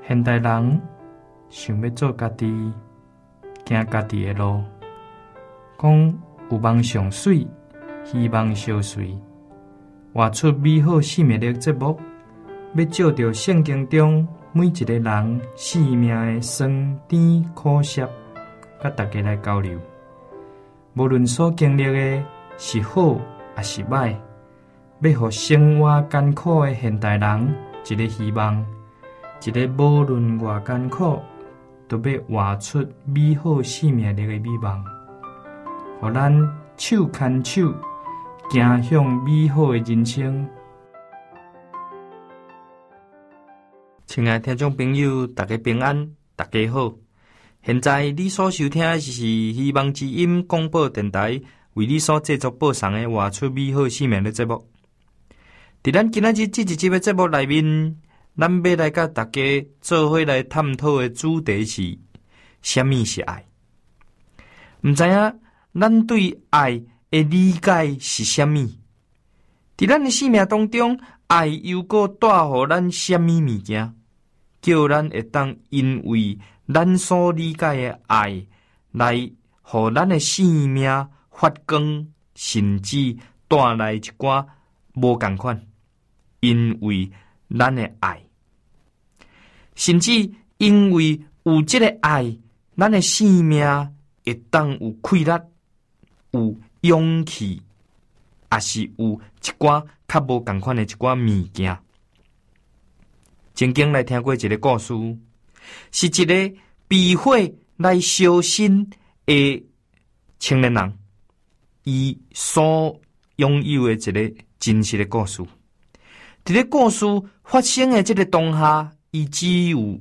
现代人想要做家己，行家己的路，讲有梦上水，希望相随，活出美好生命的节目，要照着圣经中每一个人生命的酸甜苦涩，甲大家来交流。无论所经历的是好还是歹，要互生活艰苦的现代人一个希望，一个无论偌艰苦，都要活出美好生命力的美梦，互咱手牵手，行向美好的人生。亲爱的听众朋友，大家平安，大家好。现在你所收听的是希望之音广播电台为你所制作播送的活出美好生命的节目。在咱今仔日这一集的节目内面，咱要来甲大家做伙来探讨的主题是：什么是爱？唔知影咱对爱的理解是什么？在咱的生命当中，爱又搁带互咱什么物件，叫咱会当因为咱所理解的爱，来互咱的生命发光，甚至带来一寡无共款。因为咱的爱，甚至因为有这个爱，咱的生命会当有快乐、有勇气，也是有一寡较无共款的一寡物件。曾经来听过一个故事，是一个被火来烧身的青年人，伊所拥有的一个真实的故事。这个故事发生的这个当下，伊只有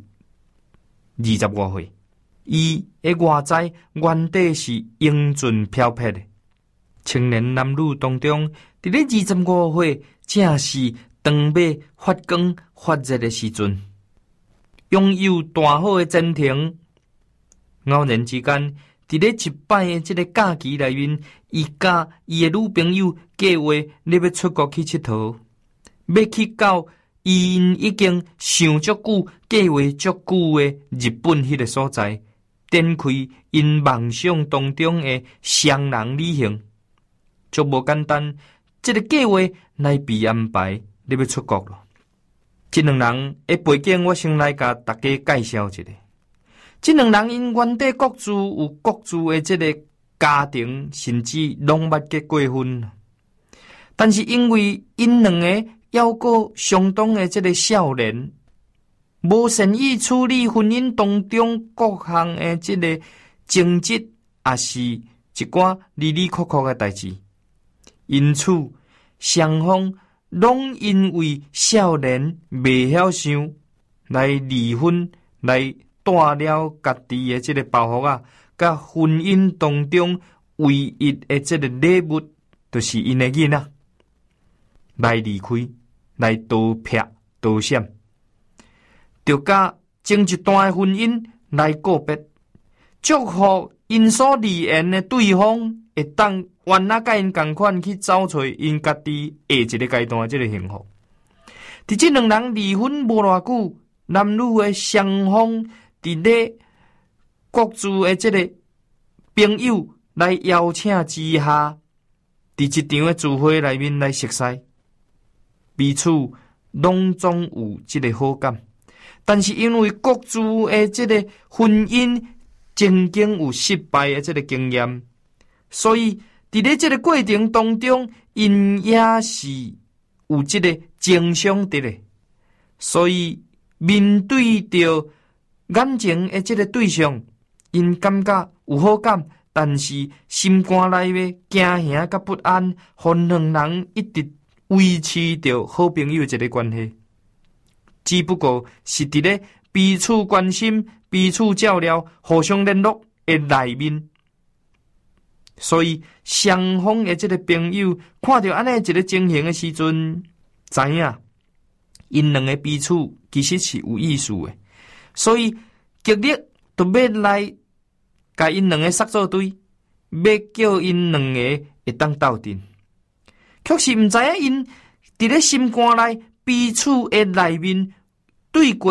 20多岁，伊的外在原底是英俊飘撇的青年男女当中，在这25岁正是长尾发光发热的时阵，拥有大好的前程。偶然之间，在这一摆的这个假期内面，伊甲伊的女朋友计划你要出国去佚佗。要去到因已经想足久、计划足久的日本迄个所在，展开因梦想当中的双人旅行。足无简单，这个计划来被安排，你要出国了。这两人的背景，我先来甲大家介绍一下。这两人因原底各自有各自的这个家庭，甚至拢捌结过婚，但是因为因两个要过相当的这个少年，无善于处理婚姻当中各项的这个争执，也是一寡离离曲曲的代志。因此，双方拢因为少年未晓想来离婚，来带了家己的这个包袱啊，甲婚姻当中唯一的这个礼物，就是因的囡仔来离开。来逃避、逃闪，就甲前一段的婚姻来告别，祝福因所离缘的对方会当原来甲因同款去找找因家己下一个阶段的这个幸福。伫这两人离婚无偌久，男女的双方伫咧各自的这个朋友来邀请之下，伫一场的聚会内面来熟悉。彼此拢总有这个好感，但是因为各自的这个婚姻曾经有失败的这个经验，所以伫咧这个过程当中，因也是有这个情伤的咧。所以面对着眼前的这个对象，因感觉有好感，但是心肝内的惊吓甲不安，互两人一直维持着好朋友这个关系，只不过是伫咧彼此关心、彼此照料、互相联络的内面。所以双方的这个朋友看到安尼一个情形的时阵，知影因两个彼此其实是有意思的，所以极力都要来甲因两个杀作对，要叫因两个会当斗阵。确实唔知影因伫咧心肝内彼此的内面对过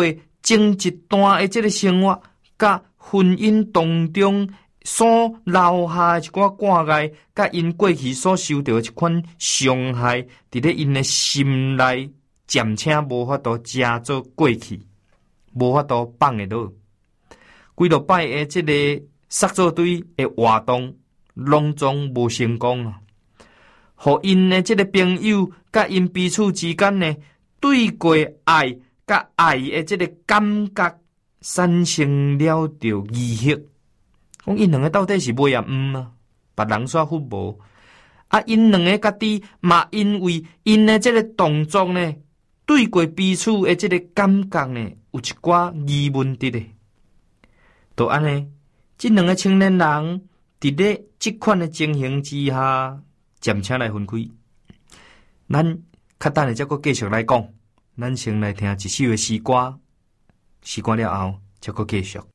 前一段的这个生活，甲婚姻当中所留下的一寡挂碍，甲因过去所受到的一款伤害，伫咧因的心内渐渐无法度加做过去，无法度放会落。几落摆的这个杀作队的活动，拢总无成功啊！互因的这个朋友，甲因彼此之间呢，对过爱甲爱的这个感觉，产生了着疑惑。讲因两个到底是对也毋啊？别人煞服无啊？因两个家己嘛，因为因的这个动作呢，对过彼此的这个感觉呢，有一寡疑问伫咧。就安尼，这两个青年人伫咧这款的情形之下，渐渐来分开。咱较等下再搁继续来讲，咱先来听一首的诗歌，诗歌了后再搁继续。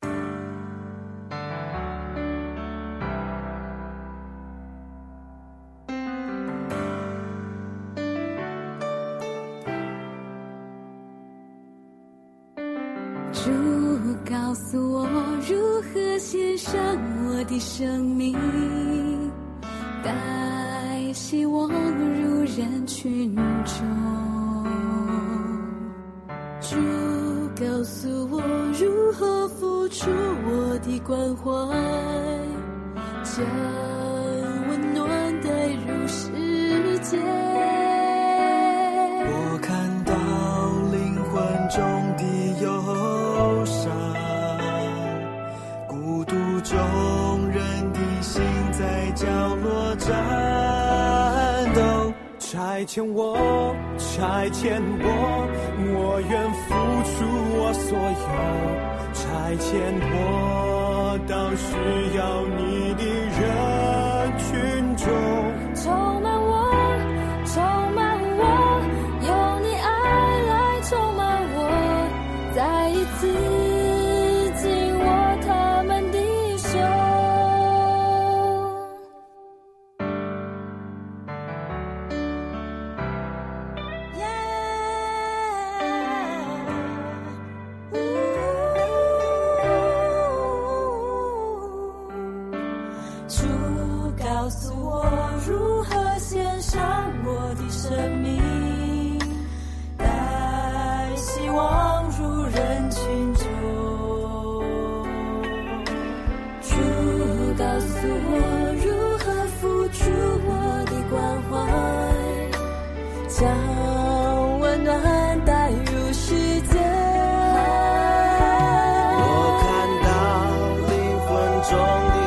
主告诉我如何献上我的生命，带希望入人群中。主告诉我如何付出我的关怀，将温暖带入世界。 我看到灵魂中的忧伤，孤独中人的心在角落颤抖。差遣我，差遣我，我愿付出我所有。差遣我到需要你的人群中， 充满我，充满我，有你爱来充满我，再一次紧握他们的手。主告诉我如何献上我的生命，带希望入人群中。主告诉我如何付出我的关怀，将温暖带入世界。 我看到灵魂中的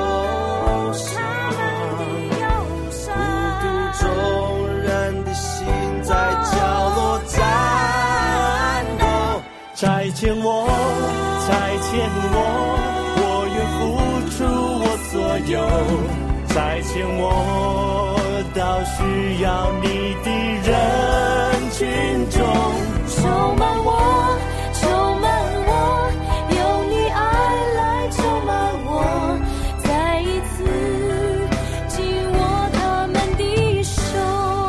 差遣我，差遣我，我愿付出我所有。差遣我到需要你的人群中， 充满我，充满我，有你爱来充满我，再一次紧握他们的手。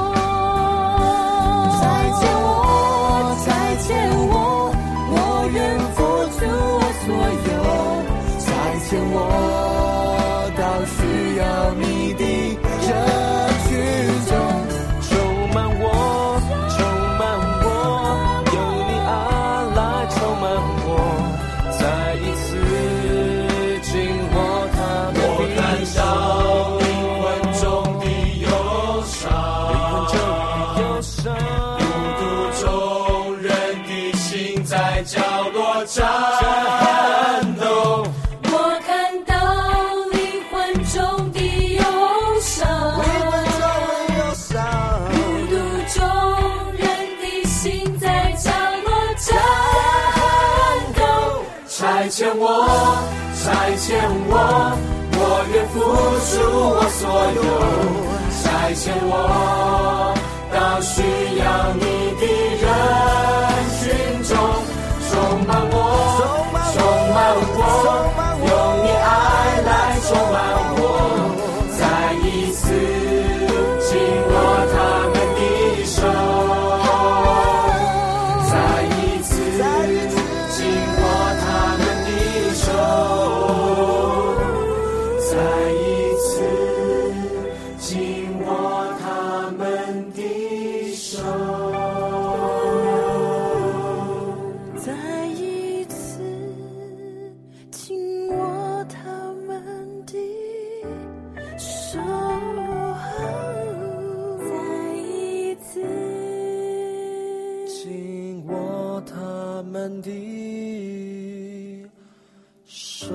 差遣我，差遣我，我愿付出我所有。 差遣我到需要你的人群中，充满我，充满我，有你爱来充满我，再一次紧握他们的手。我看到灵魂中的忧伤，孤独中人的心在角落颤抖。 我看到灵魂中的忧伤，孤独中人的心在角落颤抖。 差遣我，差遣我，我愿付出我所有。差遣我到需要你的人群中，充满我，充满我，用你爱来充满我，再一次紧握他们的手，再一次紧们的手。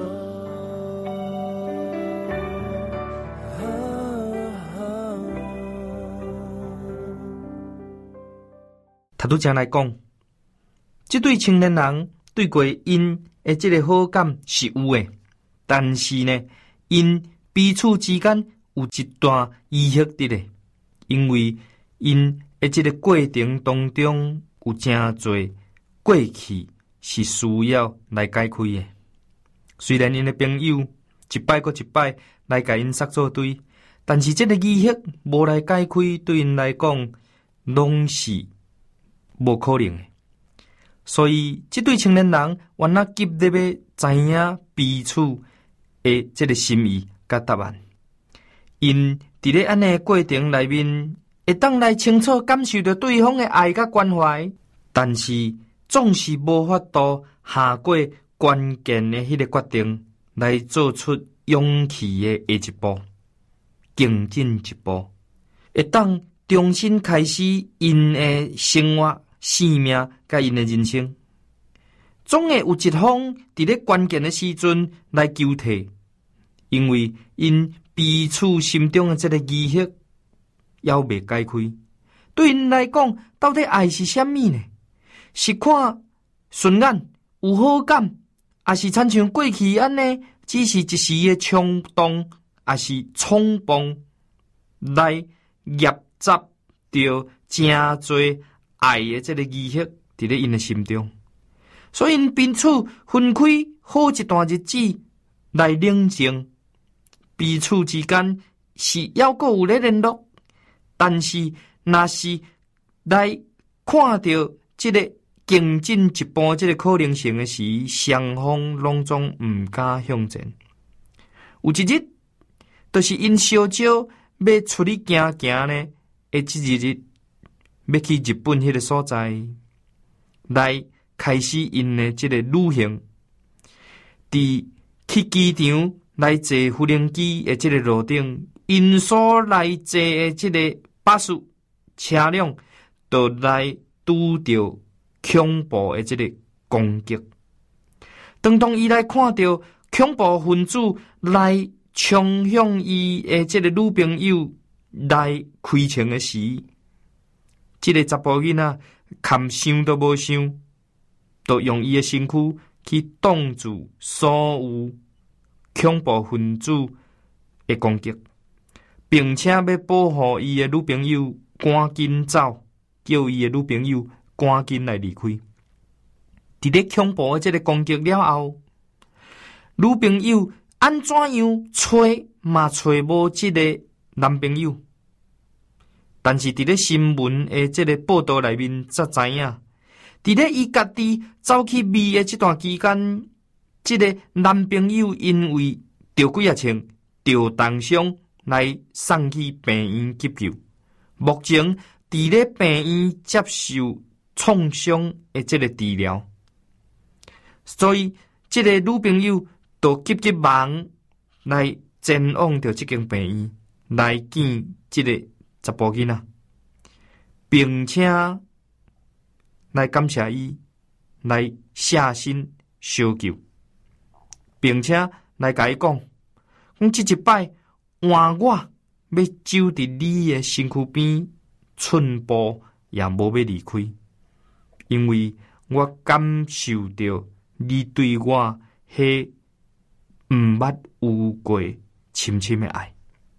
他拄则来讲，这对青年人对过因的这个好感是有的，但是呢，因彼此之间有一段遗憾的咧，因为因的这个过程当中有真多过去是需要来解开的。虽然因的朋友一摆过一摆来甲因杀作对，但是这个遗憾无来解开，对因来讲拢是无可能的。所以，这对青年人原来急切要知影彼此的这个心意甲答案。因伫咧安尼过程内面，会当来清楚感受到对方的爱甲关怀，但是总是无法度下过关键的迄个决定，来做出勇气的下一步，更进一步，会当重新开始因的生活。生命甲因的人生，总会有一方伫咧关键的时阵来救替，因为因彼此心中的这个遗憾还未解开。对因来讲，到底爱是什么呢？是看顺眼有好感，还是亲像过去安尼，只是一时的冲动，还是匆忙来业杂着真多爱的这个遗憾伫咧因的心中，所以因彼此分开好一段日子来冷静，彼此之间是还阁有咧联络，但是若是来看到这个更进一步这个可能性的时，双方拢总唔敢向前。有一日，就是因小少要出去行行呢，的这一日。要去日本迄个所在，来开始因的这个旅行。伫去机场来坐无人机的这个路顶，因所来坐的这个巴士车辆，就来拄到恐怖的这个攻击。当伊来看到恐怖分子来冲向伊的这个女朋友来开枪的时，这个查甫囡仔堪想都无想，就用伊的身躯去挡住所有恐怖分子的攻击，并且要保护伊的女朋友赶紧走，叫伊的女朋友赶紧来离开。伫咧恐怖的这个攻击了后，女朋友安怎样找嘛找无这个男朋友。但是伫咧新闻的这个报道内面才知影，伫咧伊家己走去秘的这段期间，这个男朋友因为着几啊枪着重伤来送去病院急救，目前伫咧病院接受创伤的这个治疗，所以这个女朋友就急忙来前往到这间病院来见这个查甫囡仔，并且来感谢伊，来下身相救，并且来甲伊讲，这一摆换我要走伫你的身躯边，寸步也无要离开，因为我感受到你对我迄毋捌有过深深的爱。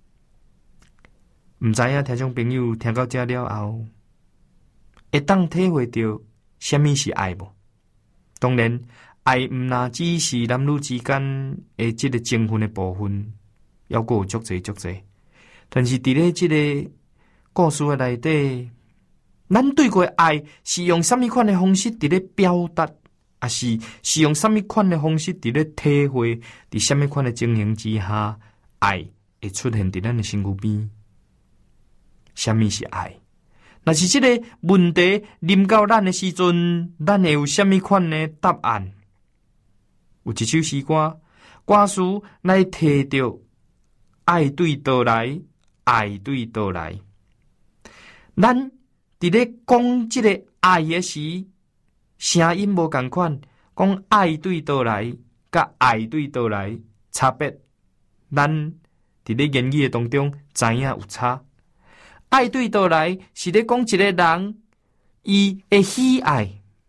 唔知影听众朋友听到这了后，会当体会到什么是爱无？当然，爱唔那只是男女之间的这个情分的部分，还阁有足侪。但是伫咧这个故事的内底，咱对过爱是用什么款的方式伫咧表达，还是用什么款的方式伫咧体会？伫什么款的情形之下，爱会出现伫咱的身躯边？什么是爱？若是这个问题临到咱的时阵，咱会有什么款的答案？有一首诗歌，歌词来提到爱对倒来，爱对倒来。咱伫咧讲这个爱的时， 声音无同款，讲爱对倒来，甲爱对倒来差别，咱伫咧言语当中知影有差。爱对倒来是咧讲一个人，伊会喜爱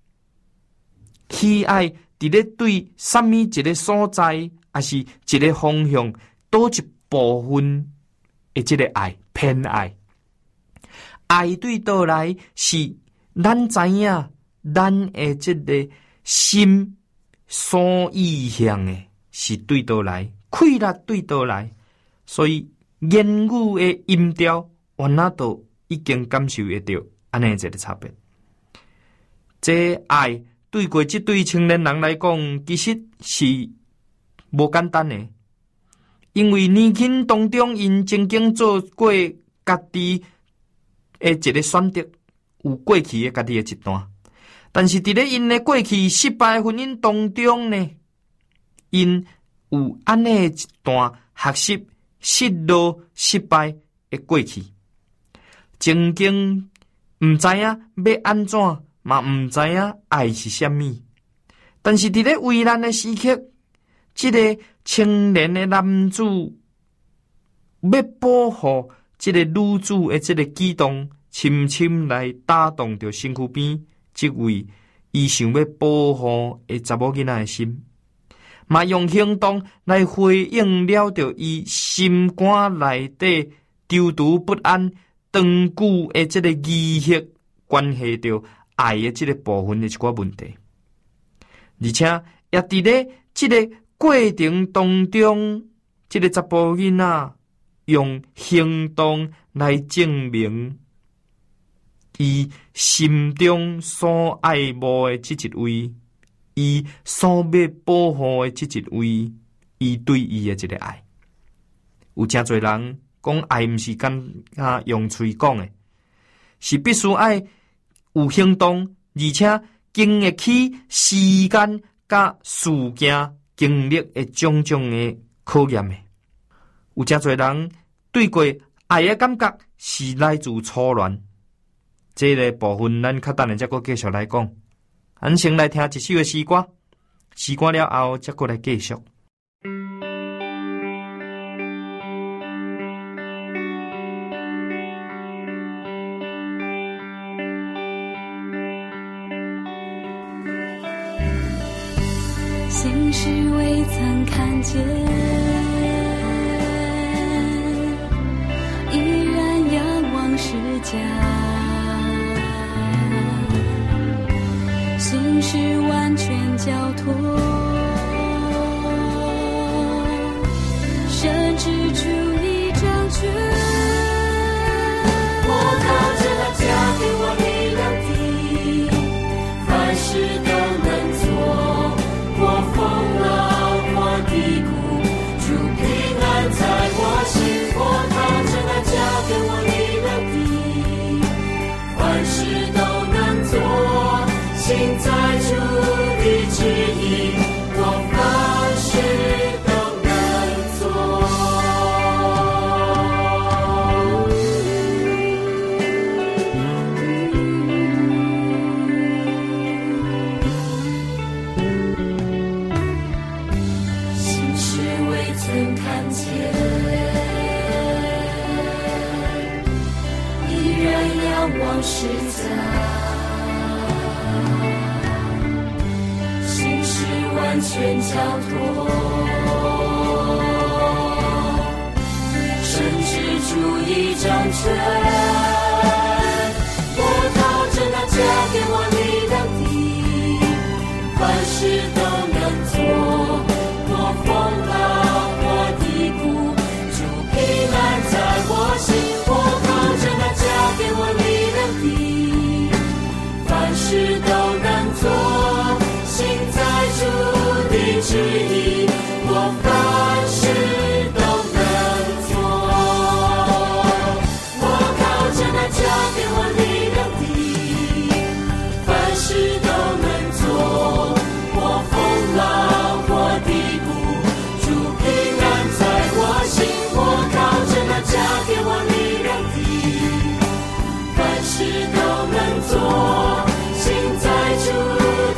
伫咧对什么一个所在，还是一个方向，多一部分的这个爱偏爱。爱对倒来是咱知影，咱的这个心所意向的是对倒来，快乐对倒来，所以言语的音调，我那都已经感受得到，安尼一个差别。这爱对过这对青年人来讲，其实是无简单的，因为年轻当中，因曾经做过家己的一个选择，有过去的家己的一段，但是伫咧因的过去失败婚姻当中呢，因有安尼一段学习失落失败的过去，曾经毋知影要安怎，嘛毋知影爱是啥物，但是伫咧危难的时刻，这个青年的男子要保护这个女子的这个举动，深深来打动着身躯边这位伊想要保护的查某囡仔的心，嘛用行动来回应了着伊心肝内底踌躇不安、长久的这个疑惑，关系着爱的这个部分的一寡问题，而且也伫咧这个过程当中，这个查甫囡仔用行动来证明伊心中所爱慕的这一位，伊所要保护的这一位，伊对伊的这个爱。有真侪人讲爱毋是简单用嘴讲的，是必须爱有行动，而且经得起时间甲事件经历的种种的考验的。有真侪人对过爱的感觉是来自初恋，这个部分咱较等下再继续来讲。咱先来听一首的诗歌，诗歌了后再过来继续。 心事未曾看见，依然仰望世家。心事完全交托，甚至出一张权。 我靠着那加给我力量的，凡事都能做。过风浪或低谷，主平安在我心。我靠着那加给我力量的，凡事都能做。心在主的旨意，我凡事都能做。心事未曾看见，依然仰望实在。完全交托，甚至主一掌权。我靠着那加给我力量的，凡事都能做。过风浪或低谷，主平安在我心。我靠着那加给我力量的，凡事都能做。心在主的旨意，我凡事都能做。我靠着那加给我力量的，凡事都能做。过风浪或低谷，主平安在我心。我靠着那加给我力量的，凡事都能做。心在主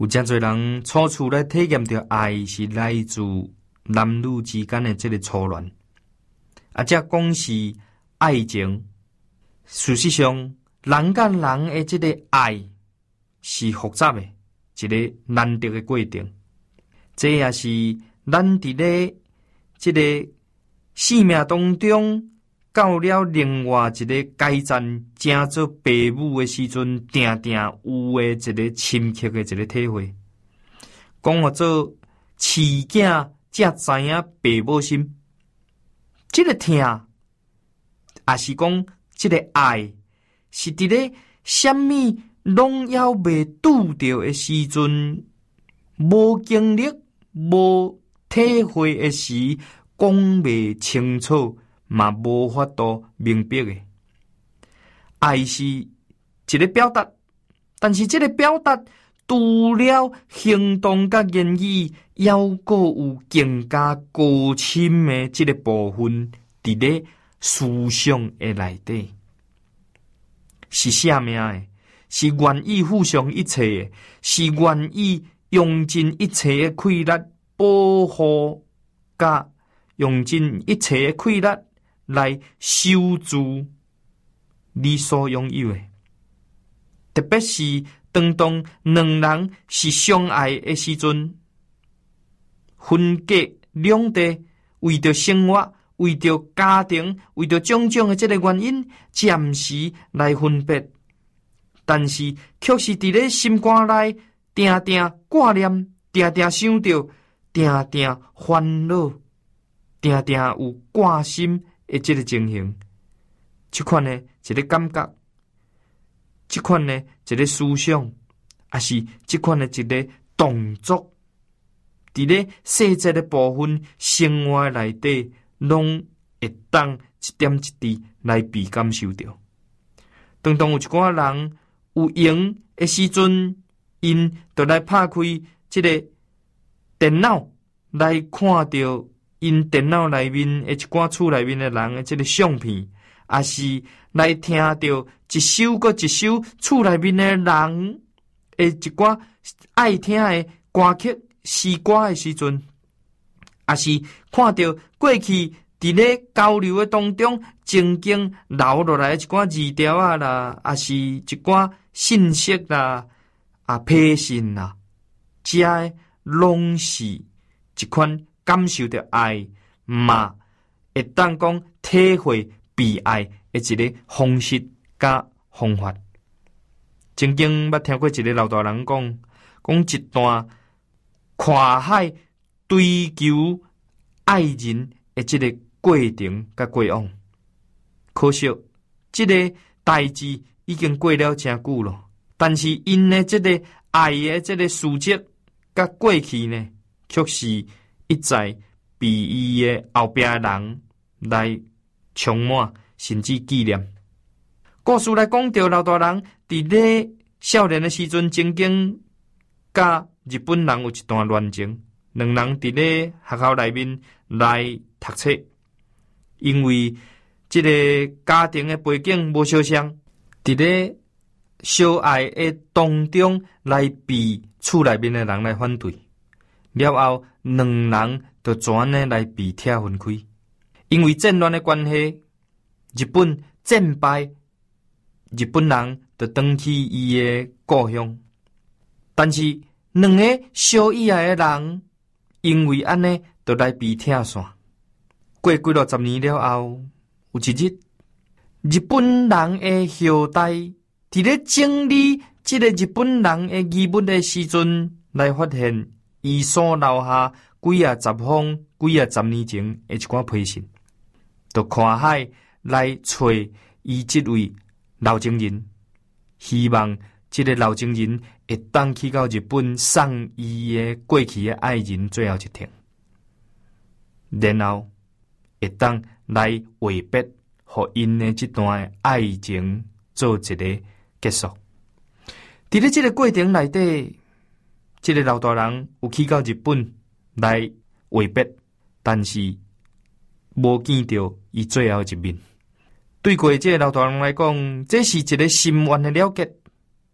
真侪人初次来体验到爱是来自男女之间的这个初恋，这讲是爱情。事实上，人甲人的这个爱是复杂的，一个难得的过程。这也是咱伫咧这个生命当中，到了另外一个阶段，成做父母的时阵，定定有的一个深刻的一个体会。讲我做饲囝，才知影父母心。这个听，也是讲这个爱，是伫咧什么拢要未拄着的时阵，无经历、无体会的时，讲未清楚，嘛无法度明白的。爱是一个表达，但是这个表达除了行动甲言语，还阁有更加高深的这个部分，伫咧思想的内底，是啥物的？是愿意付上一切的，是愿意用尽一切的气力保护，甲用尽一切的气力来守住你所拥有的。特别是当两人是相爱的时阵，分隔两地，为着生活，为着家庭，为着种种的这个原因，暂时来分别。但是，却是伫咧心肝内，定定挂念，定定想着，定定烦恼，定定有挂心的这个情形。这款呢，一个感觉，这款呢，一个思想，也是这款的一个动作，伫咧细节的部分，生活内底，拢会当一点一滴来被感受到。当有一寡人有闲的时阵，因就来拍开这个电脑，来看到因电脑内面的一寡厝内面的人的这个相片，也是来听到一首搁一首厝内面的人的一寡爱听的歌曲、诗歌的时阵，也是看到过去伫咧交流的当中，曾经留落来一寡字条啊啦，也是一寡信息啦、批信啦，这拢是一款感受到爱嘛，会当讲体会被爱的一个方式甲方法。曾经捌听过一个老大人讲一段跨海追求爱人的这个过程甲过往。可惜这个代志已经过了真久了，但是因的这个爱的这个事迹甲过去呢，却是一再被伊的后壁的人来充满，甚至纪念。故事来讲到老大人伫咧少年的时阵，曾经甲日本人有一段恋情，两人伫咧学校内面来读册，因为这个家庭的背景无相像，伫咧相爱的当中来被厝内面的人来反对，了后两人就转呢来被拆分开。因为战乱的关系，日本战败，日本人就返去伊的故乡。但是两个相依爱的人，因为安尼就来被拆散。过几60年了后，有一日，日本人的后代伫咧整理这个日本人的遗物的时阵，来发现伊所留下几啊十封、几啊10年前的一寡批信，就看海来找伊这位老情人，希望这个老情人会当去到日本送伊的过去的爱人最后一天，然后会当来话别，互因的这段爱情做一个结束。伫咧这个过程内底，这个老大人有去到日本来话别，但是无见到伊最后一面。对过这个老大人来讲，这是一个心愿的了结。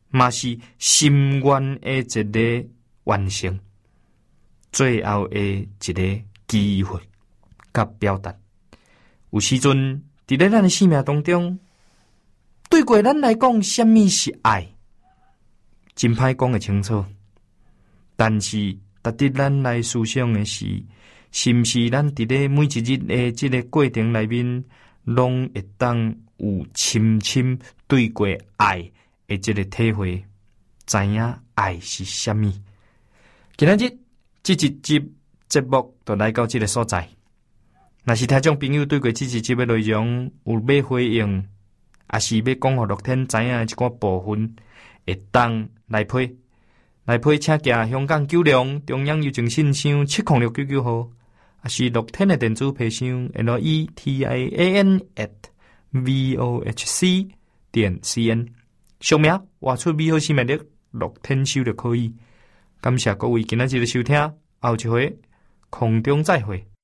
嘛是心愿的一个完成，最后的一个机会甲表达。有时阵伫咧咱的生命当中，对过咱来讲，什么是爱，真歹讲会清楚。但是，值得咱来思想的是，是毋是咱伫咧每一日的这个过程内面，拢会当有深深对过爱的这个体会，知影爱是什么？今仔日这一集节目就来到这个所在。若是听众朋友对过这一集的内容有要回应，也是要讲互乐天知影的一寡部分，会当来批。来批，请寄香港九龙中央邮政信箱70699号，也是乐天的电子批箱 LETIAN@vohc.cn， 上名画出美好生命力，乐天收就可以。感谢各位今仔日的收听，后一回空中再会。